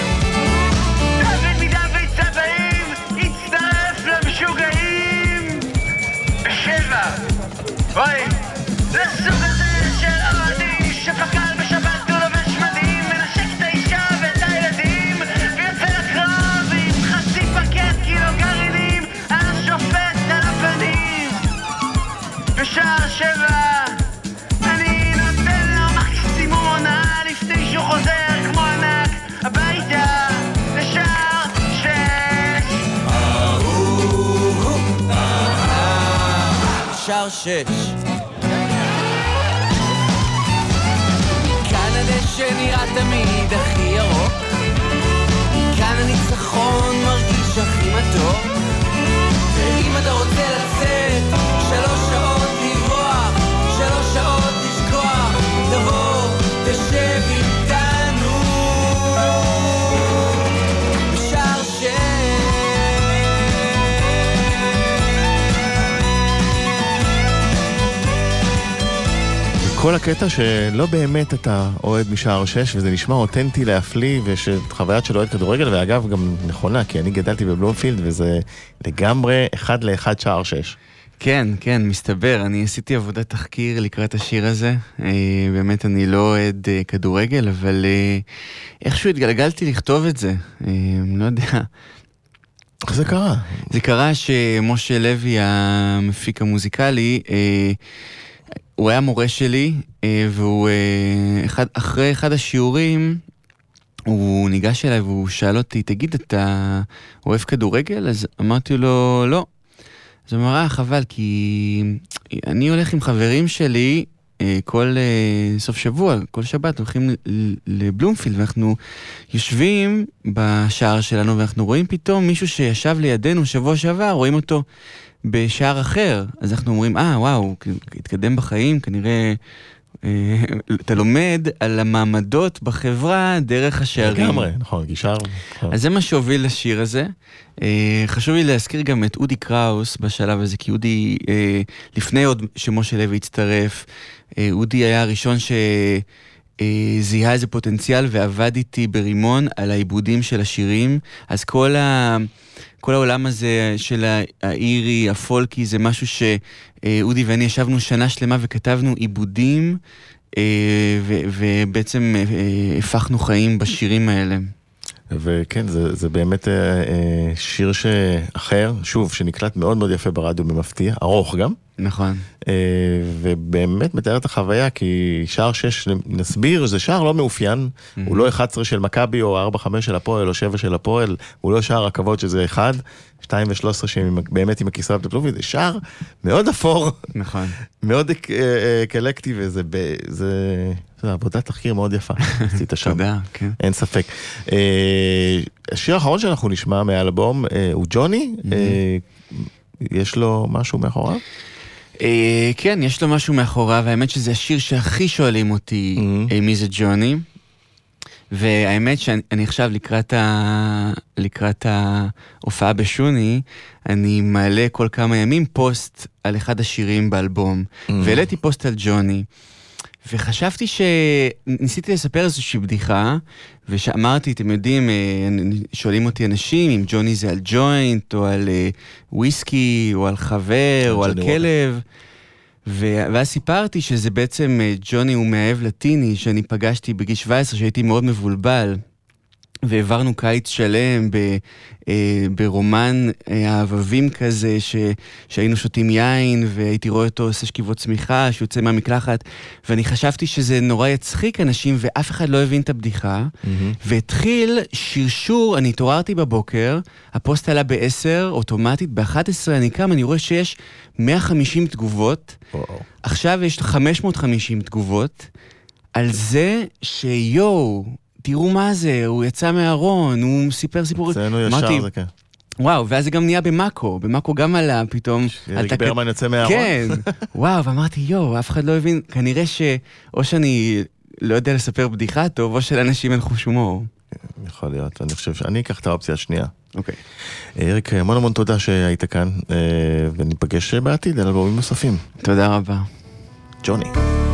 משוגעים בשבע. וואי, לסוג הזה של אוהדים שפקל בשבת הוא לובש מדים, מנשק את האישה ואת הילדים ויוצא לקרב עם חצי פקט קילו גרעינים על השופט על הפנים. בשער שבע אני נותן לו מקסימום לפני שהוא חוזר כמו ענק הביתה לשער שש. שער שש. כאן הדשא נראה תמיד הכי ירוק, כאן הניצחון מרגיש הכי מתוק, ואם אתה רוצה לצאת שלוש שעות לברוח, שלוש שעות לשכוח, תבוא תשב איתנו בשער שש. כל הקטע שלא באמת אתה אוהד משער שש, וזה נשמע אותנטי להפליא, ושחוויית של אוהד כדורגל, ואגב גם נכונה, כי אני גדלתי בבלומפילד, וזה לגמרי אחד לאחד שער שש. כן, כן, מסתבר. אני עשיתי עבודת תחקיר לקראת השיר הזה. באמת אני לא אוהד כדורגל, אבל איכשהו התגלגלתי לכתוב את זה. לא יודע. איך זה קרה? זה קרה שמשה לוי, המפיק המוזיקלי, הוא היה מורה שלי, והוא, אחד, אחרי אחד השיעורים, הוא ניגש אליי והוא שאל אותי, תגיד, אתה אוהב כדורגל? אז אמרתי לו, לא. אז הוא אמר, חבל, כי אני הולך עם חברים שלי כל סוף שבוע, כל שבת, הולכים לבלומפילד, ואנחנו יושבים בשער שלנו, ואנחנו רואים פתאום מישהו שישב לידינו שבוע שעבר, רואים אותו בשער אחר. אז אנחנו אומרים, אה, וואו, התקדם בחיים, כנראה אתה לומד על המעמדות בחברה דרך השערים. לגמרי, נכון, גישר. אז זה מה שהוביל לשיר הזה. חשוב לי להזכיר גם את אודי קראוס בשלב הזה, כי אודי, לפני עוד שמשה לוי הצטרף, אודי היה הראשון שזיהה איזה פוטנציאל ועבד איתי ברימון על העיבודים של השירים. אז כל ה... כל העולם הזה של האירי, הפולקי, זה משהו שאודי ואני ישבנו שנה שלמה וכתבנו עיבודים, ובעצם הפכנו חיים בשירים האלה. וכן, זה, זה באמת שיר אחר, שוב, שנקלט מאוד מאוד יפה ברדיו במפתיע, ארוך גם. נכון. ובאמת מתאר את החוויה, כי שער שש, נסביר, זה שער לא מאופיין, הוא לא אחת עשרה של מכבי, או ארבע חמש של הפועל, או שבע של הפועל, הוא לא שער הכבוד שזה אחד, שתיים ושלוש עשרה שבאמת עם הכיסרה בטפלופי, זה שער מאוד אפור, נכון. מאוד אקלקטי, וזה אתה יודע, עבודת תחקיר מאוד יפה, עשית שם. תודה, כן. אין ספק. השיר האחרון שאנחנו נשמע מהאלבום הוא ג'וני, יש לו משהו מאחוריו? כן, יש לו משהו מאחוריו, האמת שזה השיר שהכי שואלים אותי מי זה ג'וני, והאמת שאני עכשיו לקראת, ה... לקראת ההופעה בשוני, אני מעלה כל כמה ימים פוסט על אחד השירים באלבום, mm. והעליתי פוסט על ג'וני, וחשבתי שניסיתי לספר איזושהי בדיחה, ושאמרתי, אתם יודעים, שואלים אותי אנשים אם ג'וני זה על ג'וינט, או על וויסקי, או על חבר, או על כלב, ואז סיפרתי שזה בעצם ג'וני הוא מאהב לטיני שאני פגשתי בגיל שבע עשרה שהייתי מאוד מבולבל, והעברנו קיץ שלם ב, אה, ברומן אה, אהבבים כזה ש, שהיינו שותים יין והייתי רואה אותו עושה שכיבות צמיחה שיוצא מהמקלחת, ואני חשבתי שזה נורא יצחיק אנשים ואף אחד לא הבין את הבדיחה, mm-hmm. והתחיל שרשור, אני התעוררתי בבוקר, הפוסט עלה בעשר, אוטומטית ב-אחת עשרה אני קם, אני רואה שיש מאה וחמישים תגובות, oh. עכשיו יש חמש מאות וחמישים תגובות על זה שיו תראו מה זה, הוא יצא מהארון, הוא סיפר סיפור... אצלנו ישר זה כן. וואו, ואז זה גם נהיה במאקו, במאקו גם עלה פתאום... יריק ברמן יוצא מהארון. כן, וואו, ואמרתי, יו, אף אחד לא הבין, כנראה שאו שאני לא יודע לספר בדיחה טוב, או שלאנשים אין חוש הומור. יכול להיות, אני חושב שאני אקח את האופציה השנייה. אוקיי. יריק, המון המון תודה שהיית כאן, וניפגש בעתיד על אלבומים נוספים. תודה רבה. ג'וני.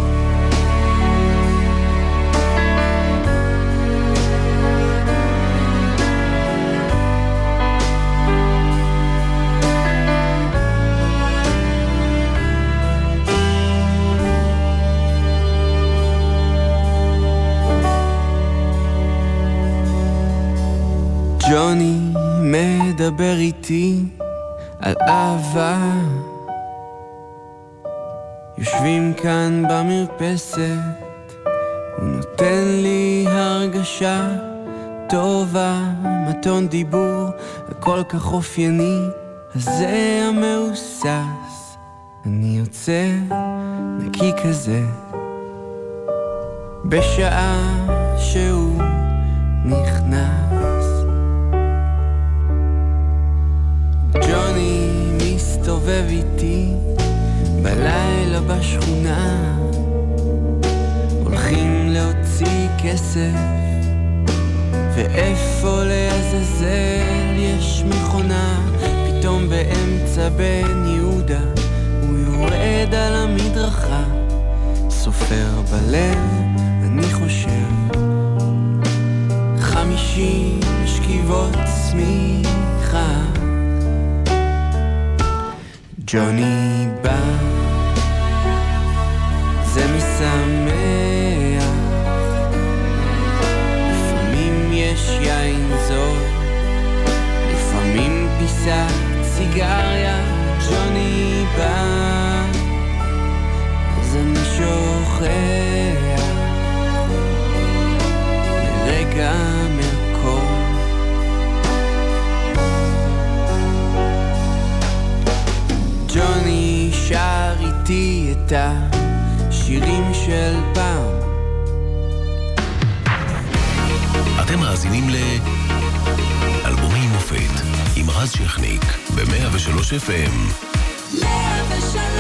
ג'וני מדבר איתי על אהבה, יושבים כאן במרפסת, הוא נותן לי הרגשה טובה, מתון דיבור, הכל כך אופייני, הזה המאוסס, אני יוצא נקי כזה, בשעה שהוא נכנס. ג'וני מסתובב איתי בלילה בשכונה, הולכים להוציא כסף, ואיפה לעזאזל יש מכונה, פתאום באמצע בן יהודה הוא יורד על המדרכה, סופר בלב אני חושב חמישים שכיבות צמיחה. ג'וני בא, זה משמח, לפעמים יש יין זול, לפעמים פיסת סיגריה. ג'וני בא, אז אני שוכח לרגע מהכל. ג'וני שר איתי את השירים של פעם. אתם מאזינים לאלבומי מופת עם רז שכניק ב-מאה ושלוש אף אם. מאה ושלוש